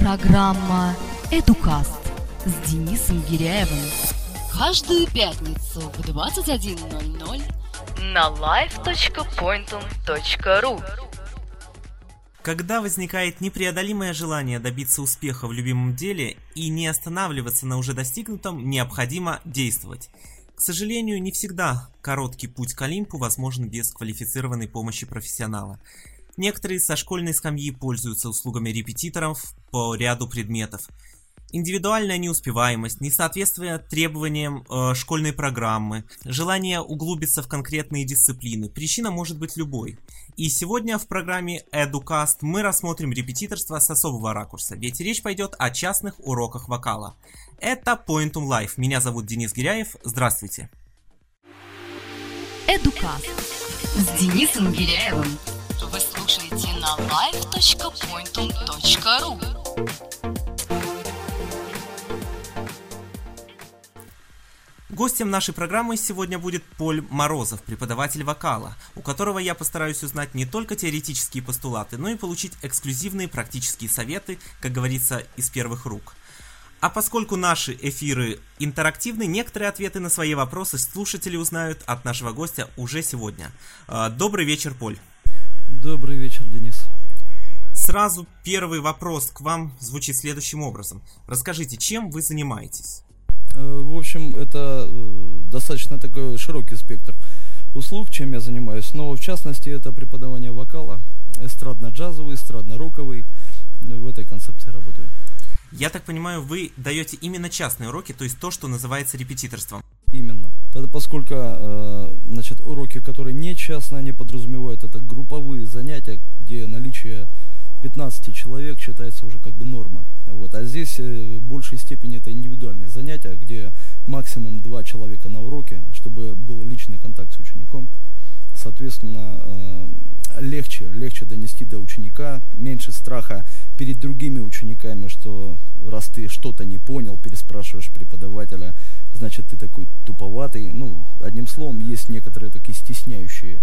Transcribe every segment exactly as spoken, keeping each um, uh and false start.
Программа «Эдукаст» с Денисом Гиряевым. Каждую пятницу в двадцать один ноль ноль на лайв точка pointum точка ру. Когда возникает непреодолимое желание добиться успеха в любимом деле и не останавливаться на уже достигнутом, необходимо действовать. К сожалению, не всегда короткий путь к Олимпу возможен без квалифицированной помощи профессионала. Некоторые со школьной скамьи пользуются услугами репетиторов по ряду предметов. Индивидуальная неуспеваемость, несоответствие требованиям э, школьной программы, желание углубиться в конкретные дисциплины. Причина может быть любой. И сегодня в программе «Эдукаст» мы рассмотрим репетиторство с особого ракурса, ведь речь пойдет о частных уроках вокала. Это Pointum Live. Меня зовут Денис Гиряев. Здравствуйте. «Эдукаст» с Денисом Гиряевым. Вы слушаете на лайв точка pointum точка ру. Гостем нашей программы сегодня будет Поль Морозов, преподаватель вокала, у которого я постараюсь узнать не только теоретические постулаты, но и получить эксклюзивные практические советы, как говорится, из первых рук. А поскольку наши эфиры интерактивны, некоторые ответы на свои вопросы слушатели узнают от нашего гостя уже сегодня. Добрый вечер, Поль. Добрый вечер, Денис. Сразу первый вопрос к вам звучит следующим образом. Расскажите, чем вы занимаетесь? В общем, это достаточно такой широкий спектр услуг, чем я занимаюсь. Но в частности, это преподавание вокала, эстрадно-джазовый, эстрадно-роковый. В этой концепции работаю. Я так понимаю, вы даете именно частные уроки, то есть то, что называется репетиторством. Именно. Поскольку значит, уроки, которые не частные, они подразумевают это групповые занятия, где наличие пятнадцати человек считается уже как бы норма. Вот. А здесь в большей степени это индивидуальные занятия, где максимум два человека на уроке, чтобы был личный контакт с учеником. Соответственно, легче, легче донести до ученика, меньше страха перед другими учениками, что раз ты что-то не понял, переспрашиваешь преподавателя, значит ты такой туповатый. Ну, одним словом, есть некоторые такие стесняющие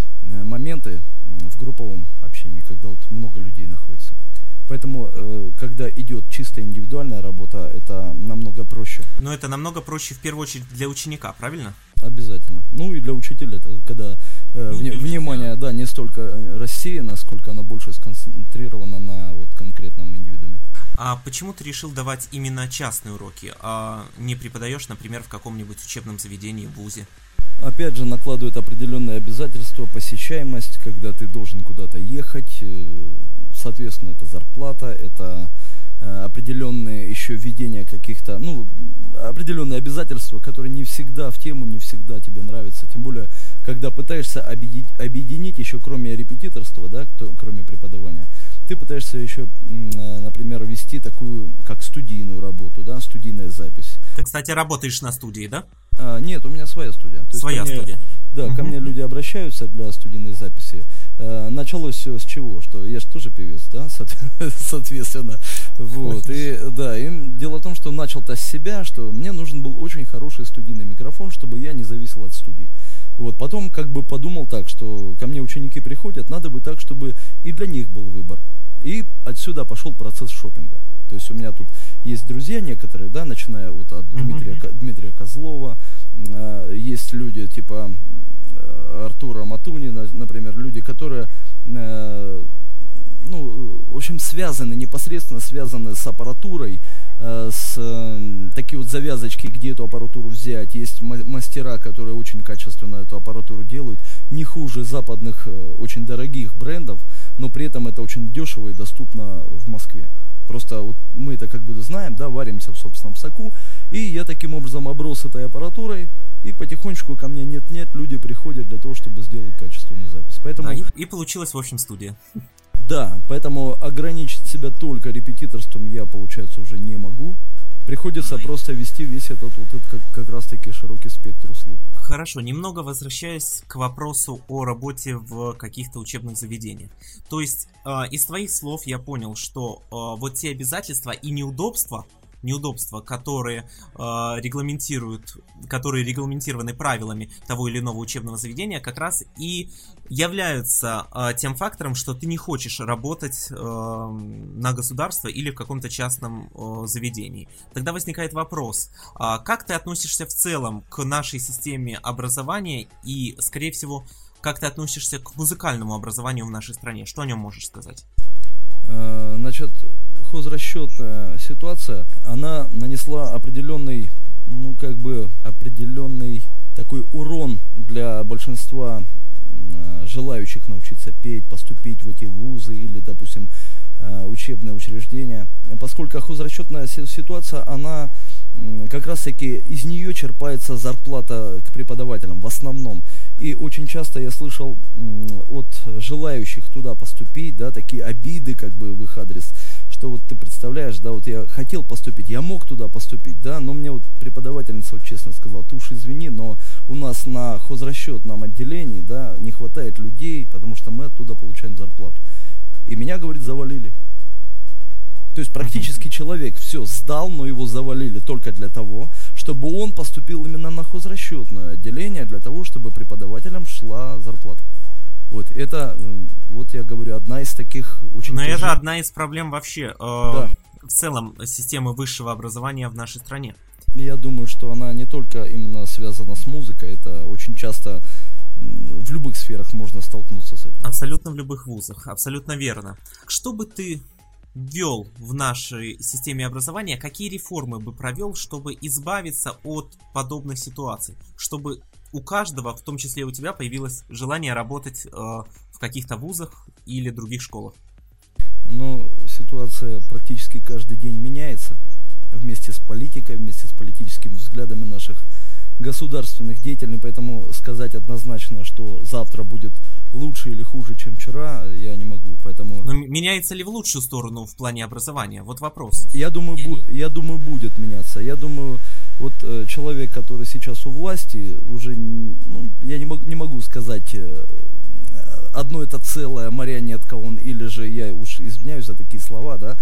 моменты в групповом общении, когда вот много людей находится. Поэтому, э, когда идет чисто индивидуальная работа, это намного проще. Но это намного проще в первую очередь для ученика, правильно? Обязательно. Ну и для учителя, это когда э, вни- внимание, да, не столько рассеяно, сколько оно больше сконцентрировано на вот конкретном индивидууме. А почему ты решил давать именно частные уроки, а не преподаешь, например, в каком-нибудь учебном заведении, в вузе? Опять же, накладывает определенные обязательства, посещаемость, когда ты должен куда-то ехать, соответственно, это зарплата, это определенные еще введения каких-то, ну, определенные обязательства, которые не всегда в тему, не всегда тебе нравятся, тем более, когда пытаешься объединить, объединить еще кроме репетиторства, да, кроме преподавания, ты пытаешься еще, например, вести такую, как студийную работу, да, студийная запись. Ты, кстати, работаешь на студии, да? А, нет, у меня своя студия. То своя есть, студия. Мне, да, uh-huh. ко мне люди обращаются для студийной записи. А, началось все с чего? Что я же тоже певец, да, соответственно. Вот. И да, и дело в том, что начал-то с себя, что мне нужен был очень хороший студийный микрофон, чтобы я не зависел от студии. Вот. Потом как бы подумал так, что ко мне ученики приходят, надо бы так, чтобы и для них был выбор. И отсюда пошел процесс шопинга. То есть у меня тут есть друзья некоторые, да, начиная вот от Дмитрия, mm-hmm. Дмитрия Козлова, э, есть люди типа э, Артура Матунина, например, люди, которые, э, ну, в общем, связаны, непосредственно связаны с аппаратурой, э, с э, такие вот завязочки, где эту аппаратуру взять. Есть мастера, которые очень качественно эту аппаратуру делают, не хуже западных, э, очень дорогих брендов, но при этом это очень дешево и доступно в Москве. Просто вот мы это как бы знаем, да, варимся в собственном соку, и я таким образом оброс этой аппаратурой, и потихонечку ко мне нет-нет, люди приходят для того, чтобы сделать качественную запись. Поэтому... Да, и, и получилась, в общем, студия. Да, поэтому ограничить себя только репетиторством я, получается, уже не могу. Приходится просто вести весь этот вот этот как, как раз таки широкий спектр услуг. Хорошо, немного возвращаясь к вопросу о работе в каких-то учебных заведениях. То есть, э, из твоих слов я понял, что э, вот те обязательства и неудобства, неудобства, которые э, регламентируют, которые регламентированы правилами того или иного учебного заведения, как раз и являются э, тем фактором, что ты не хочешь работать э, на государство или в каком-то частном э, заведении. Тогда возникает вопрос, э, как ты относишься в целом к нашей системе образования и, скорее всего, как ты относишься к музыкальному образованию в нашей стране? Что о нем можешь сказать? Значит, хозрасчетная ситуация, она нанесла определенный, ну как бы определенный такой урон для большинства желающих научиться петь, поступить в эти вузы или, допустим, учебные учреждения, поскольку хозрасчетная ситуация, она как раз таки из нее черпается зарплата к преподавателям в основном. И очень часто я слышал от желающих туда поступить, да, такие обиды как бы в их адрес, что вот ты представляешь, да, вот я хотел поступить, я мог туда поступить, да, но мне вот преподавательница вот честно сказала, ты уж извини, но у нас на хозрасчетном отделении, да, не хватает людей, потому что мы оттуда получаем зарплату. И меня, говорит, завалили. То есть практически человек все сдал, но его завалили только для того, чтобы он поступил именно на хозрасчетное отделение, для того, чтобы преподавателям шла зарплата. Вот это, вот я говорю, одна из таких очень... Но это одна из проблем вообще э, да. в целом системы высшего образования в нашей стране. Я думаю, что она не только именно связана с музыкой, это очень часто в любых сферах можно столкнуться с этим. Абсолютно в любых вузах, абсолютно верно. Что бы ты ввел в нашей системе образования, какие реформы бы провел, чтобы избавиться от подобных ситуаций, чтобы у каждого, в том числе у тебя, появилось желание работать э, в каких-то вузах или других школах? Ну, ситуация практически каждый день меняется вместе с политикой, вместе с политическими взглядами наших государственных деятелей, поэтому сказать однозначно, что завтра будет лучше или хуже, чем вчера, я не могу, поэтому... Но меняется ли в лучшую сторону в плане образования? Вот вопрос. Я думаю, бу- я думаю будет меняться. Я думаю, вот э, человек, который сейчас у власти, уже, ну, я не, мог, не могу сказать, э, одно это целое, марионетка он, или же, я уж извиняюсь за такие слова, да,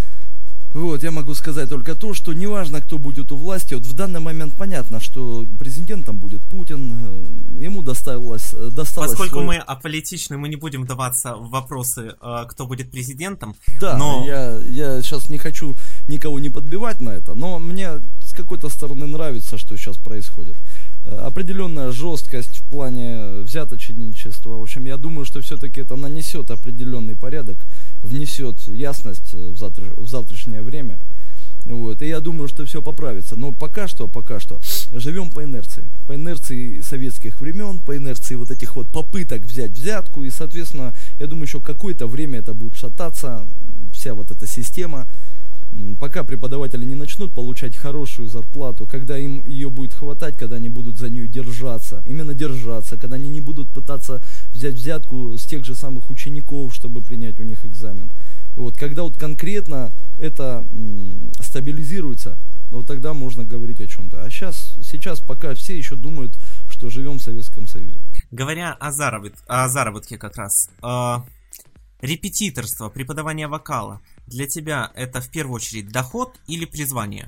вот, я могу сказать только то, что неважно, кто будет у власти, вот в данный момент понятно, что президентом будет Путин, ему досталось... досталось Поскольку свое... мы аполитичны, мы не будем вдаваться в вопросы, кто будет президентом. Да, но я, я сейчас не хочу никого не подбивать на это, но мне с какой-то стороны нравится, что сейчас происходит. Определенная жесткость в плане взяточничества. В общем, я думаю, что все-таки это нанесет определенный порядок, внесет ясность в, завтра, в завтрашнее время. Вот. И я думаю, что все поправится. Но пока что, пока что живем по инерции. По инерции советских времен, по инерции вот этих вот попыток взять взятку. И, соответственно, я думаю, еще какое-то время это будет шататься, вся вот эта система. Пока преподаватели не начнут получать хорошую зарплату, когда им ее будет хватать, когда они будут за нее держаться, именно держаться, когда они не будут пытаться взять взятку с тех же самых учеников, чтобы принять у них экзамен. Вот, когда вот конкретно это м, стабилизируется, вот тогда можно говорить о чем-то. А сейчас, сейчас пока все еще думают, что живем в Советском Союзе. Говоря о, заробот... о заработке как раз, э, репетиторство, преподавание вокала, для тебя это в первую очередь доход или призвание?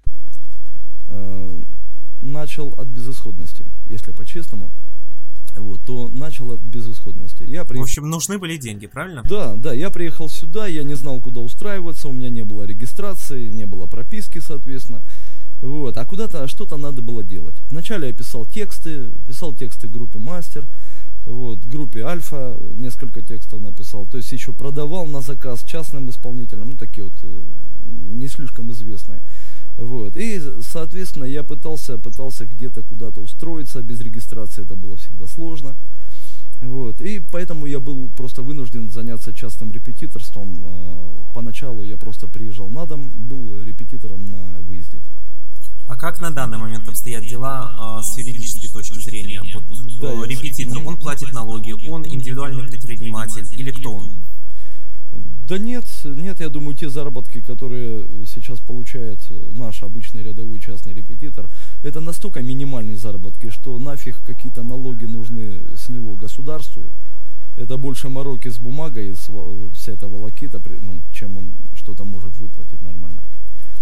Э, начал от безысходности, если по-честному. Вот, то начал от безысходности. Я приехал... В общем, нужны были деньги, правильно? Да, да, я приехал сюда, я не знал, куда устраиваться, у меня не было регистрации, не было прописки, соответственно. Вот, а куда-то что-то надо было делать. Вначале я писал тексты, писал тексты группе «Мастер», вот, группе «Альфа» несколько текстов написал, то есть еще продавал на заказ частным исполнителям, ну, такие вот не слишком известные. Вот. И, соответственно, я пытался, пытался где-то куда-то устроиться, без регистрации это было всегда сложно. Вот. И поэтому я был просто вынужден заняться частным репетиторством. Поначалу я просто приезжал на дом, был репетитором на выезде. А как на данный момент обстоят дела э, с юридической точки зрения? Вот, да, э, репетитор, он платит налоги, он индивидуальный предприниматель или кто он? Да нет, нет, я думаю, те заработки, которые сейчас получает наш обычный рядовой частный репетитор, это настолько минимальные заработки, что нафиг какие-то налоги нужны с него государству. Это больше мороки с бумагой, вся эта волокита, ну, чем он что-то может выплатить нормально.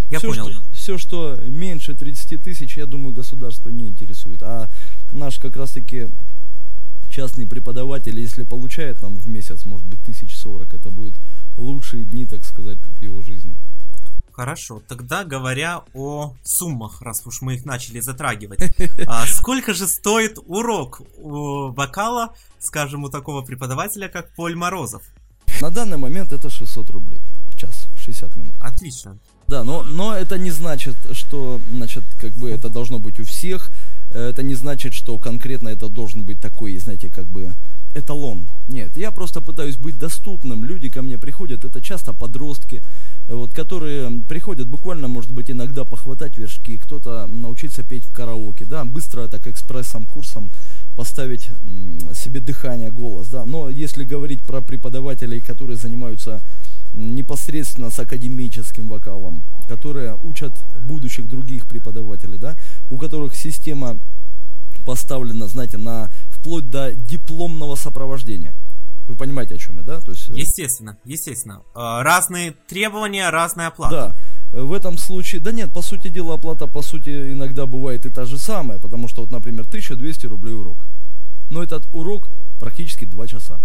Я все, понял. Что, все, что меньше тридцати тысяч, я думаю, государство не интересует. А наш как раз-таки частный преподаватель, если получает там в месяц, может быть, тысяч сорок, это будут лучшие дни, так сказать, в его жизни. Хорошо, тогда говоря о суммах, раз уж мы их начали затрагивать. А сколько же стоит урок у вокала, скажем, у такого преподавателя, как Поль Морозов? На данный момент это шестьсот рублей в час, шестьдесят минут. Отлично. Да, но, но это не значит, что, значит, как бы это должно быть у всех. Это не значит, что конкретно это должен быть такой, знаете, как бы эталон. Нет, я просто пытаюсь быть доступным. Люди ко мне приходят, это часто подростки, вот, которые приходят буквально, может быть, иногда похватать вершки, кто-то научиться петь в караоке, да, быстро так экспрессом, курсом поставить м, себе дыхание, голос, да. Но если говорить про преподавателей, которые занимаются непосредственно с академическим вокалом, которые учат будущих других преподавателей, да, у которых система поставлена, знаете, на вплоть до дипломного сопровождения. Вы понимаете, о чем я, да? То есть, естественно, естественно. Разные требования, разная оплата. Да. В этом случае, да нет, по сути дела, оплата, по сути, иногда бывает и та же самая, потому что, вот, например, тысяча двести рублей урок. Но этот урок практически два часа.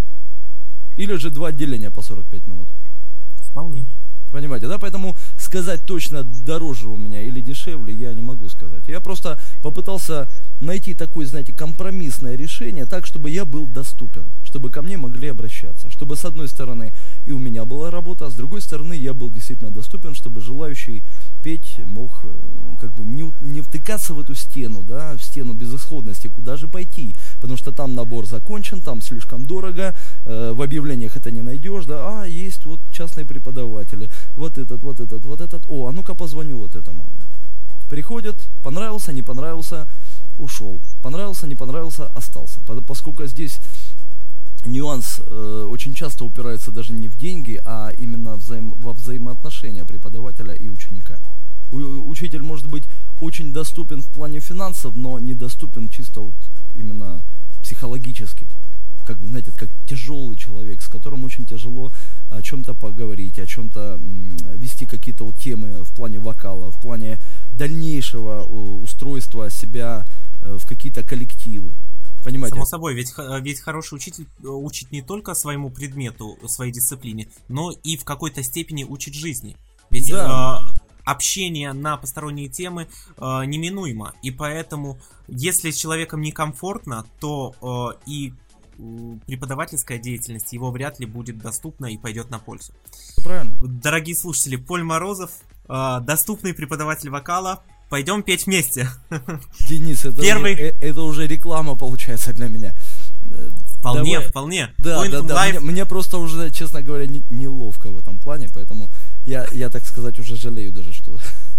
Или же два отделения по сорок пять минут. Вполне. Понимаете, да? Поэтому сказать точно, дороже у меня или дешевле, я не могу сказать. Я просто попытался найти такое, знаете, компромиссное решение, так, чтобы я был доступен, чтобы ко мне могли обращаться, чтобы с одной стороны и у меня была работа, а с другой стороны я был действительно доступен, чтобы желающий петь мог как бы не, не втыкаться в эту стену, да, в стену безысходности, куда же пойти, потому что там набор закончен, там слишком дорого, э, в объявлениях это не найдешь, да, а есть вот частные преподаватели, вот этот, вот этот, вот этот, о, а ну-ка позвоню вот этому. Приходят, понравился, не понравился, ушел, понравился, не понравился, остался, поскольку здесь нюанс э, очень часто упирается даже не в деньги, а именно взаим, во взаимоотношения преподавателя и ученика. У, учитель может быть очень доступен в плане финансов, но недоступен чисто вот именно психологически. Как бы, знаете, как тяжелый человек, с которым очень тяжело о чем-то поговорить, о чем-то м, вести какие-то вот темы в плане вокала, в плане дальнейшего устройства себя э, в какие-то коллективы. Понимаете? Само собой, ведь, ведь хороший учитель учит не только своему предмету, своей дисциплине, но и в какой-то степени учит жизни. Ведь да. э, общение на посторонние темы э, неминуемо. И поэтому, если с человеком некомфортно, то э, и э, преподавательская деятельность его вряд ли будет доступна и пойдет на пользу. Правильно. Дорогие слушатели, Поль Морозов, э, доступный преподаватель вокала. Пойдем петь вместе. Денис, это, Первый... уже, это уже реклама получается для меня. Вполне, Давай. вполне. Да, Point да, да. Мне, мне просто уже, честно говоря, не, неловко в этом плане, поэтому я, я, так сказать, уже жалею даже, что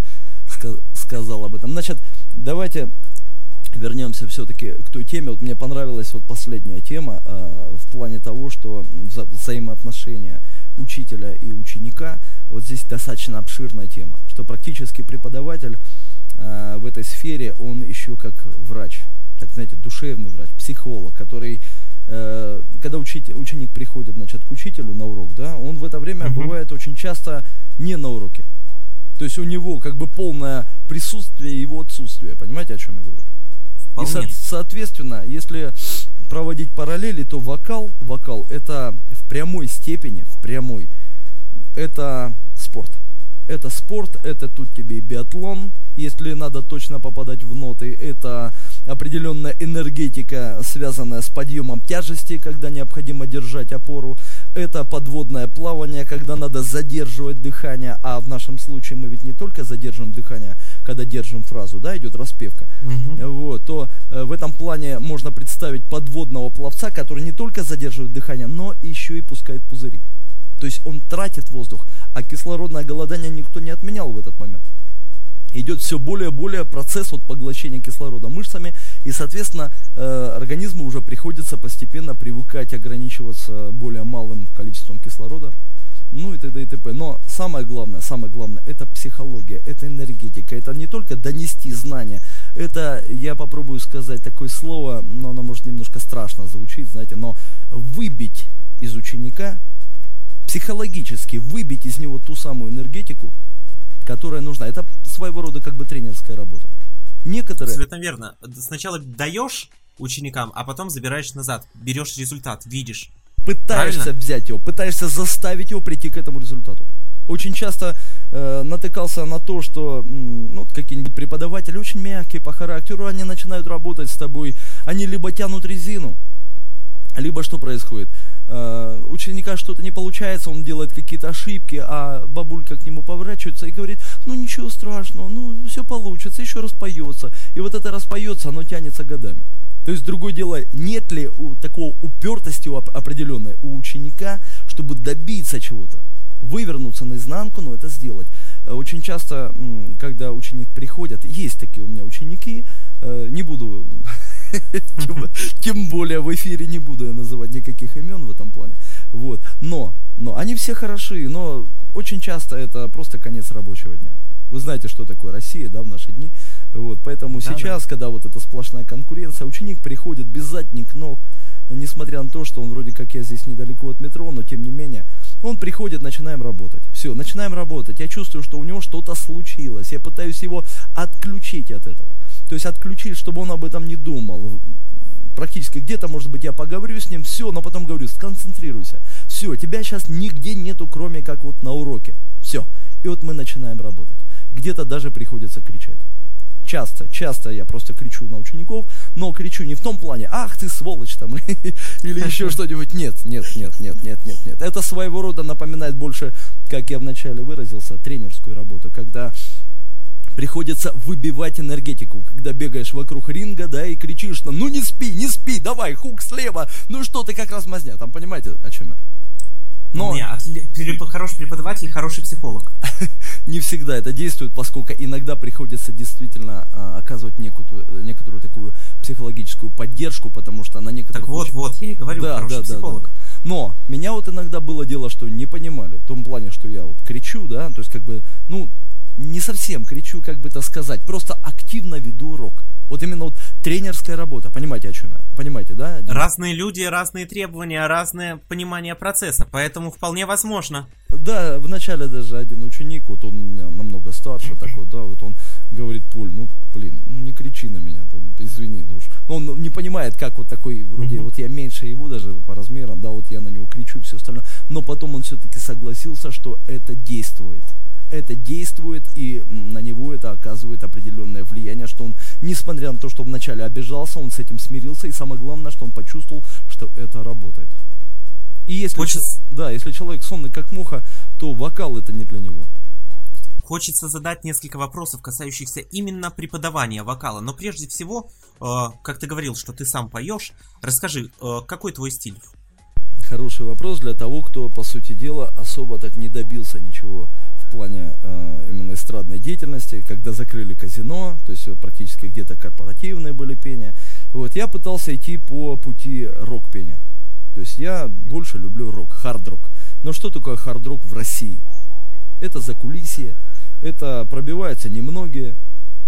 сказал об этом. Значит, давайте вернемся все-таки к той теме. Вот мне понравилась вот последняя тема э, в плане того, что вза взаимоотношения учителя и ученика. Вот здесь достаточно обширная тема, что практически преподаватель э, в этой сфере, он еще как врач, так знаете, душевный врач, психолог, который, э, когда учитель, ученик приходит, значит, к учителю на урок, да, он в это время uh-huh. бывает очень часто не на уроке. То есть у него как бы полное присутствие и его отсутствие. Понимаете, о чем я говорю? И со- соответственно, если проводить параллели, то вокал, вокал это в прямой степени, в прямой, это спорт. Это спорт, это тут тебе и биатлон, если надо точно попадать в ноты, это определенная энергетика, связанная с подъемом тяжести, когда необходимо держать опору, это подводное плавание, когда надо задерживать дыхание, а в нашем случае мы ведь не только задерживаем дыхание, когда держим фразу, да, идет распевка, угу. вот, то э, в этом плане можно представить подводного пловца, который не только задерживает дыхание, но еще и пускает пузыри. То есть он тратит воздух, а кислородное голодание никто не отменял в этот момент. Идет все более и более процесс от поглощения кислорода мышцами, и, соответственно, э, организму уже приходится постепенно привыкать ограничиваться более малым количеством кислорода, ну и т.д. и т.п. Но самое главное, самое главное, это психология, это энергетика, это не только донести знания, это, я попробую сказать такое слово, но оно может немножко страшно звучит, знаете, но выбить из ученика, психологически выбить из него ту самую энергетику, которая нужна. Это своего рода как бы тренерская работа. Некоторые... Абсолютно верно. Сначала даешь ученикам, а потом забираешь назад, берешь результат, видишь. Пытаешься Правильно? взять его, пытаешься заставить его прийти к этому результату. Очень часто э, натыкался на то, что ну, какие-нибудь преподаватели очень мягкие по характеру, они начинают работать с тобой, они либо тянут резину, либо что происходит? Э, ученика что-то не получается, он делает какие-то ошибки, а бабулька к нему поворачивается и говорит, ну ничего страшного, ну все получится, еще раз поется. И вот это распоется, оно тянется годами. То есть, другое дело, нет ли у, такого упертости у, определенной у ученика, чтобы добиться чего-то, вывернуться наизнанку, но это сделать. Очень часто, когда ученик приходит, есть такие у меня ученики, не буду, тем более в эфире не буду я называть никаких имен в этом плане, вот, но, но они все хороши, но очень часто это просто конец рабочего дня. Вы знаете, что такое Россия, да, в наши дни. Вот, поэтому да, сейчас, да. когда вот эта сплошная конкуренция, ученик приходит без задних ног, несмотря на то, что он вроде как я здесь недалеко от метро, но тем не менее, он приходит, начинаем работать. Все, начинаем работать. Я чувствую, что у него что-то случилось. Я пытаюсь его отключить от этого. То есть отключить, чтобы он об этом не думал. Практически где-то, может быть, я поговорю с ним, все, но потом говорю, сконцентрируйся. Все, тебя сейчас нигде нету, кроме как вот на уроке. Все. И вот мы начинаем работать. Где-то даже приходится кричать. Часто, часто я просто кричу на учеников, но кричу не в том плане, ах ты сволочь там, или еще что-нибудь. Нет, нет, нет, нет, нет, нет, нет. Это своего рода напоминает больше, как я вначале выразился, тренерскую работу, когда приходится выбивать энергетику, когда бегаешь вокруг ринга, да, и кричишь, ну не спи, не спи, давай, хук слева, ну что ты как раз мазня, там понимаете, о чем я? Но... Не, хороший преподаватель, хороший психолог. Не всегда это действует, поскольку иногда приходится действительно а, оказывать некую, некоторую такую психологическую поддержку, потому что на некоторых... Так вот, вот, я и говорю, да, хороший да, психолог. Да, да. Но меня вот иногда было дело, что не понимали, в том плане, что я вот кричу, да, то есть как бы, ну, не совсем кричу, как бы это сказать, просто активно веду урок. Вот именно вот тренерская работа, понимаете, о чем я? Понимаете, да? Разные люди, разные требования, разное понимание процесса, поэтому вполне возможно. Да, вначале даже один ученик, вот он у меня намного старше такой, да, вот он говорит, Поль, ну, блин, ну не кричи на меня, там, извини, ну, уж, он не понимает, как вот такой, вроде, uh-huh. вот я меньше его даже по размерам, да, вот я на него кричу и все остальное, но потом он все-таки согласился, что это действует. Это действует, и на него это оказывает определенное влияние, что он, несмотря на то, что вначале обижался, он с этим смирился, и самое главное, что он почувствовал, что это работает. И если, Хочется... да, если человек сонный как муха, то вокал это не для него. Хочется задать несколько вопросов, касающихся именно преподавания вокала, но прежде всего, э, как ты говорил, что ты сам поешь, расскажи, э, какой твой стиль? Хороший вопрос для того, кто, по сути дела, особо так не добился ничего в плане э, именно эстрадной деятельности, когда закрыли казино, то есть практически где-то корпоративные были пения. Вот, я пытался идти по пути рок-пения. То есть я больше люблю рок, хард-рок. Но что такое хард-рок в России? Это закулисье, это пробиваются немногие,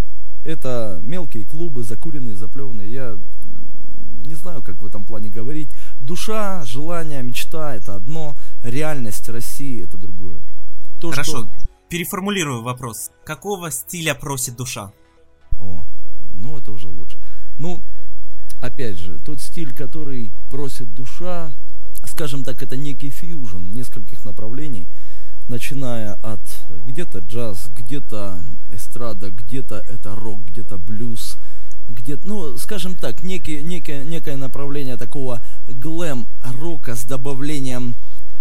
это мелкие клубы, закуренные, заплеванные. Я не знаю, как в этом плане говорить. Душа, желание, мечта – это одно, реальность России – это другое. То, Хорошо, что... переформулирую вопрос. Какого стиля просит душа? О, ну это уже лучше. Ну, опять же, тот стиль, который просит душа, скажем так, это некий фьюжн нескольких направлений, начиная от где-то джаз, где-то эстрада, где-то это рок, где-то блюз, где-то, ну, скажем так, некий, некое, некое направление такого глэм-рока с добавлением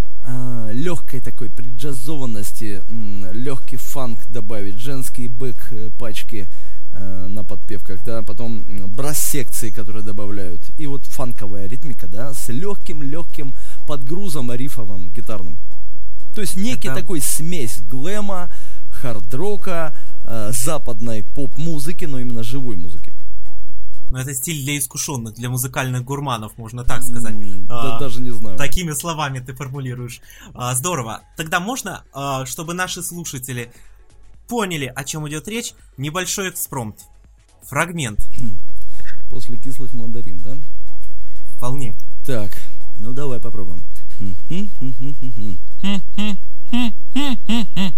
э, легкой такой преджазованности, э, легкий фанк добавить, женские бэк-пачки э, на подпевках, да, потом брас-секции, которые добавляют, и вот фанковая ритмика, да, с легким-легким подгрузом рифовым гитарным. То есть некий Это... такой смесь глэма, хард-рока, э, западной поп-музыки, но именно живой музыки. Ну, это стиль для искушенных, для музыкальных гурманов, можно так сказать. Mm, а, да, даже не знаю. Такими словами ты формулируешь. А, здорово. Тогда можно, а, чтобы наши слушатели поняли, о чем идет речь, небольшой экспромт. Фрагмент. После кислых мандарин, да? Вполне. Так, ну давай попробуем.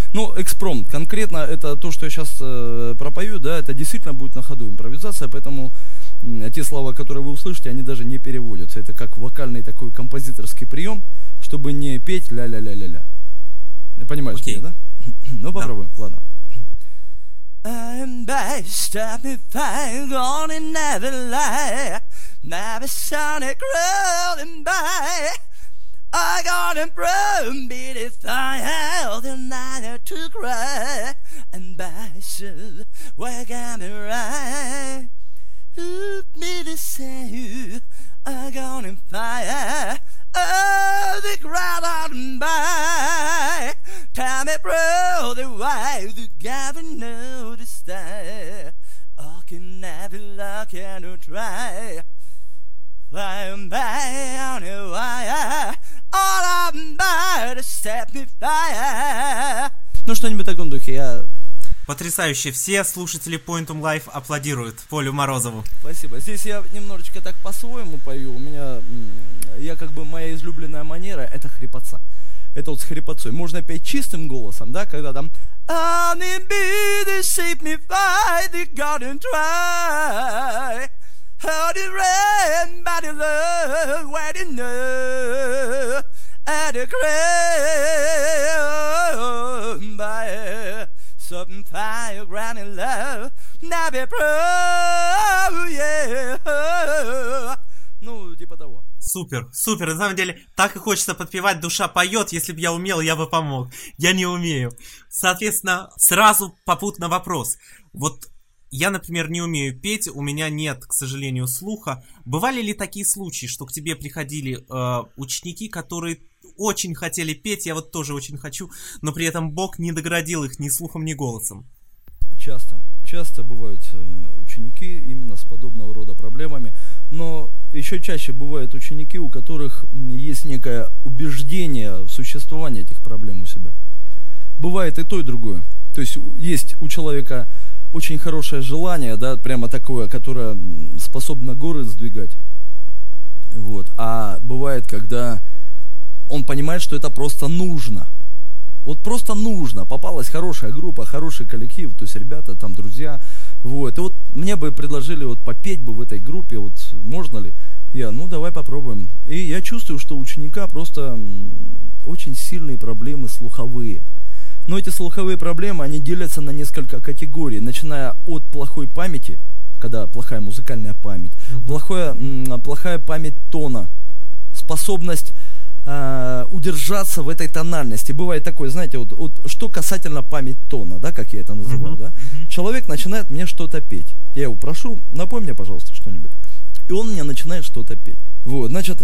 Ну, экспромт, конкретно это то, что я сейчас э, пропою, да, это действительно будет на ходу импровизация, поэтому э, те слова, которые вы услышите, они даже не переводятся. Это как вокальный такой композиторский прием, чтобы не петь ля-ля-ля-ля-ля. Понимаешь okay. меня, да? Ну, попробуем, да. ладно. I'm best, I'm fine, gonna never lie. Never sonic rolling by. I got a broken beat if I held the night to cry. And by so, where can I ride? Who me to say I got a fire? Oh, the ground on by. Tell me, brother, why the Gavin know the style? I can never look and try. Flying by on a wire, all I'm by to set me fire. Ну, что-нибудь в таком духе, я... Потрясающе, все слушатели Pointum Live аплодируют Полю Морозову. Спасибо, здесь я немножечко так по-своему пою, у меня, я как бы, моя излюбленная манера, это хрипотца. Это вот с хрипотцой, можно петь чистым голосом, да, когда там Honey bee, they shape me fine, they gotta try. How the rain, by the love, where the know, and the crown by something fire, ground in love, now be pro, yeah. Ну, типа того. Супер, супер, на самом деле, так и хочется подпевать, душа поет, если бы я умел, я бы помог. Я не умею. Соответственно, сразу попутно вопрос. Вот я, например, не умею петь, у меня нет, к сожалению, слуха. Бывали ли такие случаи, что к тебе приходили э, ученики, которые очень хотели петь, я вот тоже очень хочу, но при этом Бог не наградил их ни слухом, ни голосом? Часто, часто бывают э, ученики именно с подобного рода проблемами, но еще чаще бывают ученики, у которых есть некое убеждение в существовании этих проблем у себя. Бывает и то, и другое. То есть есть у человека очень хорошее желание, да, прямо такое, которое способно горы сдвигать. Вот. А бывает, когда он понимает, что это просто нужно. Вот просто нужно. Попалась хорошая группа, хороший коллектив, то есть ребята, там, друзья. Вот. И вот мне бы предложили вот попеть бы в этой группе, вот можно ли? Я, ну давай попробуем. И я чувствую, что у ученика просто очень сильные проблемы слуховые. Но эти слуховые проблемы, они делятся на несколько категорий, начиная от плохой памяти, когда плохая музыкальная память, mm-hmm. плохое, м, плохая память тона, способность э, удержаться в этой тональности. Бывает такое, знаете, вот, вот что касательно память тона, да, как я это называю, mm-hmm. да? Mm-hmm. Человек начинает мне что-то петь. Я его прошу, напой мне, пожалуйста, что-нибудь. И он мне начинает что-то петь. Вот, значит,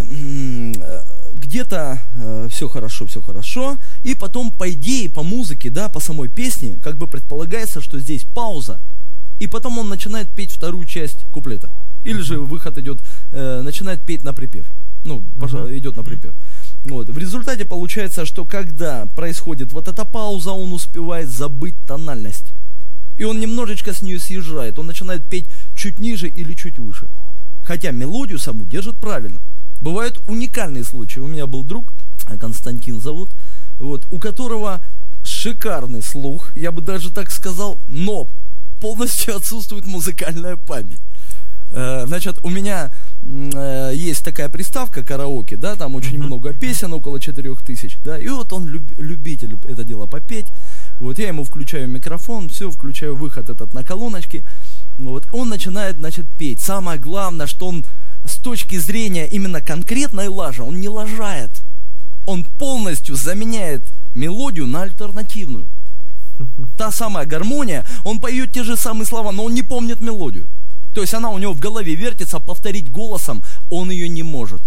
где-то э, все хорошо, все хорошо. И потом, по идее, по музыке, да, по самой песне, как бы предполагается, что здесь пауза. И потом он начинает петь вторую часть куплета. Или же выход идет, э, начинает петь на припев. Ну, uh-huh. идет на припев. Вот. В результате получается, что когда происходит вот эта пауза, он успевает забыть тональность. И он немножечко с нее съезжает. Он начинает петь чуть ниже или чуть выше. Хотя мелодию саму держит правильно. Бывают уникальные случаи. У меня был друг, Константин зовут, вот, у которого шикарный слух, я бы даже так сказал, но полностью отсутствует музыкальная память. Э, значит, у меня э, есть такая приставка караоке, да, там очень mm-hmm. много песен, около четырех тысяч, да, и вот он люб, любитель это дело попеть. Вот я ему включаю микрофон, все, включаю выход этот на колоночке. Вот, он начинает, значит, петь. Самое главное, что он с точки зрения именно конкретной лажи, он не лажает. Он полностью заменяет мелодию на альтернативную. Та самая гармония, он поет те же самые слова, но он не помнит мелодию. То есть она у него в голове вертится, повторить голосом он ее не может.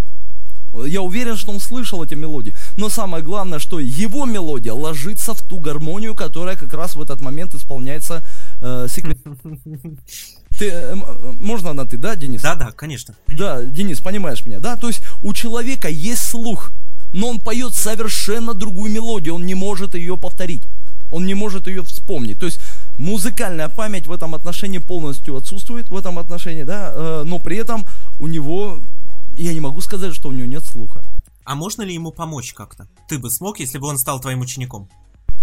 Я уверен, что он слышал эти мелодии. Но самое главное, что его мелодия ложится в ту гармонию, которая как раз в этот момент исполняется э, секвен... Ты, э, можно на ты, да, Денис? Да, да, конечно. Да, Денис, понимаешь меня, да? То есть у человека есть слух, но он поет совершенно другую мелодию, он не может ее повторить, он не может ее вспомнить. То есть музыкальная память в этом отношении полностью отсутствует, в этом отношении, да, э, но при этом у него... Я не могу сказать, что у него нет слуха. А можно ли ему помочь как-то? Ты бы смог, если бы он стал твоим учеником?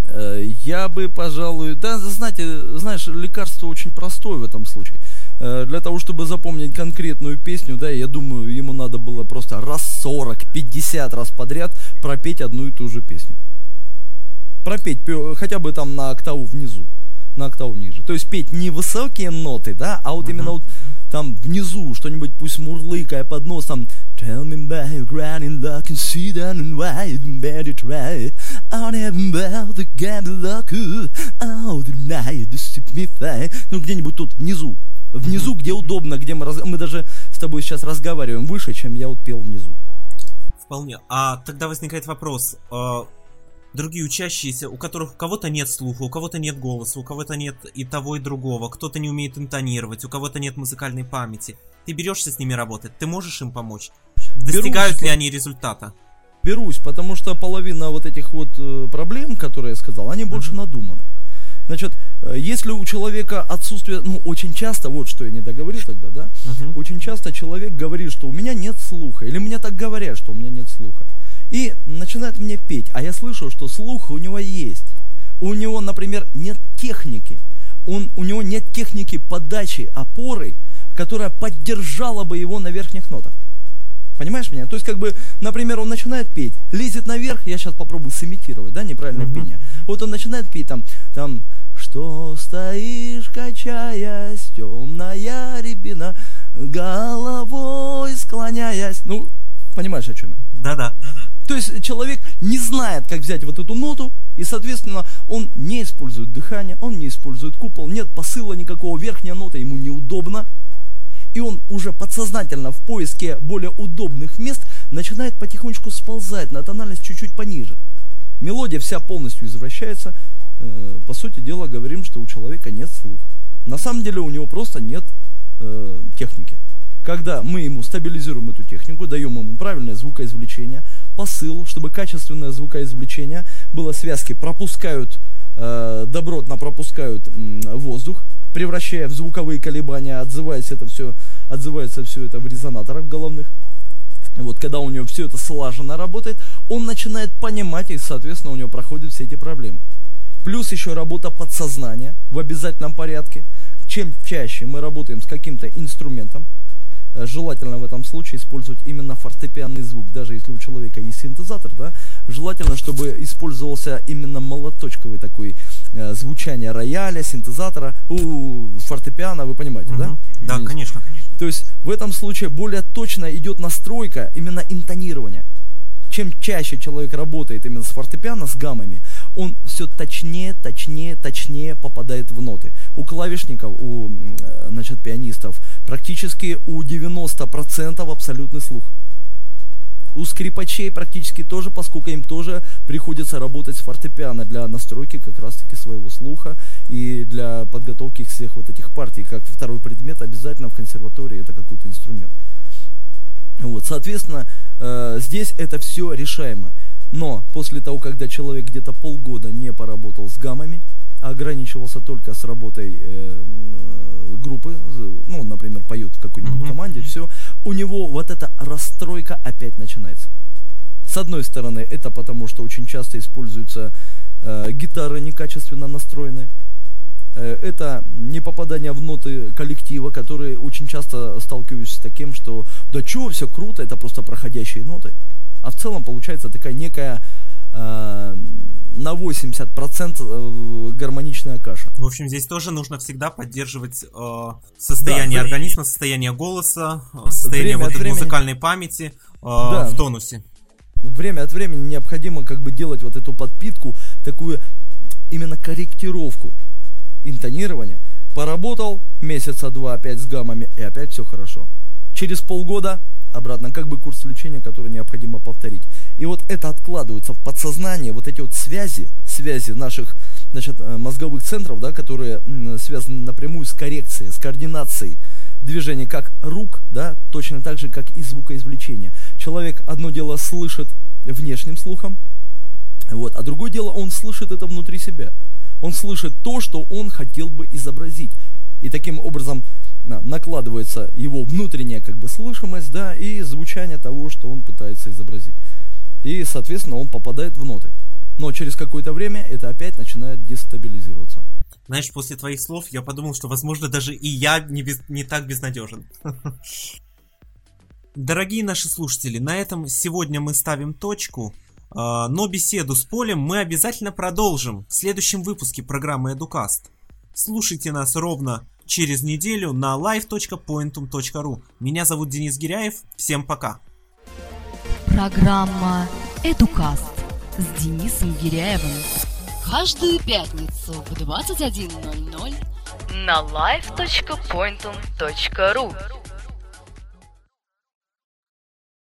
Я бы, пожалуй, да, знаете, знаешь, лекарство очень простое в этом случае. Для того, чтобы запомнить конкретную песню, да, я думаю, ему надо было просто раз сорок, пятьдесят раз подряд пропеть одну и ту же песню. Пропеть хотя бы там на октаву внизу, на октаву ниже. То есть петь не высокие ноты, да, а вот uh-huh. именно вот там внизу что-нибудь, пусть мурлыкая под нос, там Tell me about your grinding luck and see that and why you better try. I never about the gamble luck, oh, the night to keep me fine. Ну, где-нибудь тут внизу. Внизу, где удобно, где мы, раз... мы даже с тобой сейчас разговариваем выше, чем я вот пел внизу. Вполне. А тогда возникает вопрос. Э, другие учащиеся, у которых у кого-то нет слуха, у кого-то нет голоса, у кого-то нет и того, и другого, кто-то не умеет интонировать, у кого-то нет музыкальной памяти. Ты берешься с ними работать, ты можешь им помочь? Достигают Берусь, ли они результата? Берусь, потому что половина вот этих вот э, проблем, которые я сказал, они больше uh-huh. надуманы. Значит, если у человека отсутствие, ну, очень часто, вот что я не договорил тогда, да, uh-huh. очень часто человек говорит, что у меня нет слуха, или мне так говорят, что у меня нет слуха, и начинает мне петь, а я слышу, что слух у него есть, у него, например, нет техники, он, у него нет техники подачи опоры, которая поддержала бы его на верхних нотах. Понимаешь меня? То есть, как бы, например, он начинает петь, лезет наверх, я сейчас попробую сымитировать, да, неправильное uh-huh. пение. Вот он начинает петь там, там, что стоишь, качаясь, темная рябина, головой склоняясь. Ну, понимаешь, о чем я? Да-да. То есть, человек не знает, как взять вот эту ноту, и, соответственно, он не использует дыхание, он не использует купол, нет посыла никакого, верхняя нота ему неудобно. И он уже подсознательно в поиске более удобных мест начинает потихонечку сползать на тональность чуть-чуть пониже. Мелодия вся полностью извращается. Э, по сути дела, говорим, что у человека нет слуха. На самом деле у него просто нет э, техники. Когда мы ему стабилизируем эту технику, даем ему правильное звукоизвлечение, посыл, чтобы качественное звукоизвлечение было, связки пропускают, э, добротно пропускают э, воздух, превращая в звуковые колебания, отзывается это все, отзывается все это в резонаторах головных. Вот, когда у него все это слаженно работает, он начинает понимать, и, соответственно, у него проходят все эти проблемы. Плюс еще работа подсознания в обязательном порядке. Чем чаще мы работаем с каким-то инструментом, желательно в этом случае использовать именно фортепианный звук, даже если у человека есть синтезатор, да, желательно, чтобы использовался именно молоточковый такой э, звучание рояля, синтезатора, у фортепиано, вы понимаете, угу. да? Да, Денис? конечно. То есть в этом случае более точно идет настройка именно интонирования. Чем чаще человек работает именно с фортепиано, с гаммами, он все точнее, точнее, точнее попадает в ноты. У клавишников, у, значит, пианистов практически у девяноста процентов абсолютный слух. У скрипачей практически тоже, поскольку им тоже приходится работать с фортепиано для настройки как раз-таки своего слуха и для подготовки всех вот этих партий. Как второй предмет обязательно в консерватории это какой-то инструмент. Вот, соответственно, э, здесь это все решаемо. Но после того, когда человек где-то полгода не поработал с гаммами, а ограничивался только с работой э, группы, ну, например, поет в какой-нибудь uh-huh. команде, все, у него вот эта расстройка опять начинается. С одной стороны, это потому, что очень часто используются э, гитары некачественно настроенные. Это не попадание в ноты коллектива, которые очень часто сталкиваются с таким, что да чё, все круто, это просто проходящие ноты. А в целом получается такая некая э, на восемьдесят процентов гармоничная каша. В общем, здесь тоже нужно всегда поддерживать э, состояние да, организма, состояние голоса, состояние вот этой музыкальной памяти э, да. в тонусе. Время от времени необходимо как бы делать вот эту подпитку, такую именно корректировку интонирования. Поработал месяца два опять с гаммами, и опять все хорошо. Через полгода обратно, как бы курс лечения, который необходимо повторить. И вот это откладывается в подсознание, вот эти вот связи, связи наших, значит, мозговых центров, да, которые м, связаны напрямую с коррекцией, с координацией движения как рук, да, точно так же, как и звукоизвлечения. Человек одно дело слышит внешним слухом, вот, а другое дело он слышит это внутри себя. Он слышит то, что он хотел бы изобразить. И таким образом на, накладывается его внутренняя как бы слышимость, да, и звучание того, что он пытается изобразить. И, соответственно, он попадает в ноты. но через какое-то время это опять начинает дестабилизироваться. Знаешь, после твоих слов я подумал, что, возможно, даже и я не, без, не так безнадежен. Дорогие наши слушатели, на этом сегодня мы ставим точку, но беседу с Полем мы обязательно продолжим в следующем выпуске программы Educast. Слушайте нас ровно через неделю на лайв точка поинтум точка ру. Меня зовут Денис Гиряев. Всем пока. Программа Educast с Денисом Гиряевым. Каждую пятницу в двадцать один ноль ноль на лайв точка поинтум точка ру.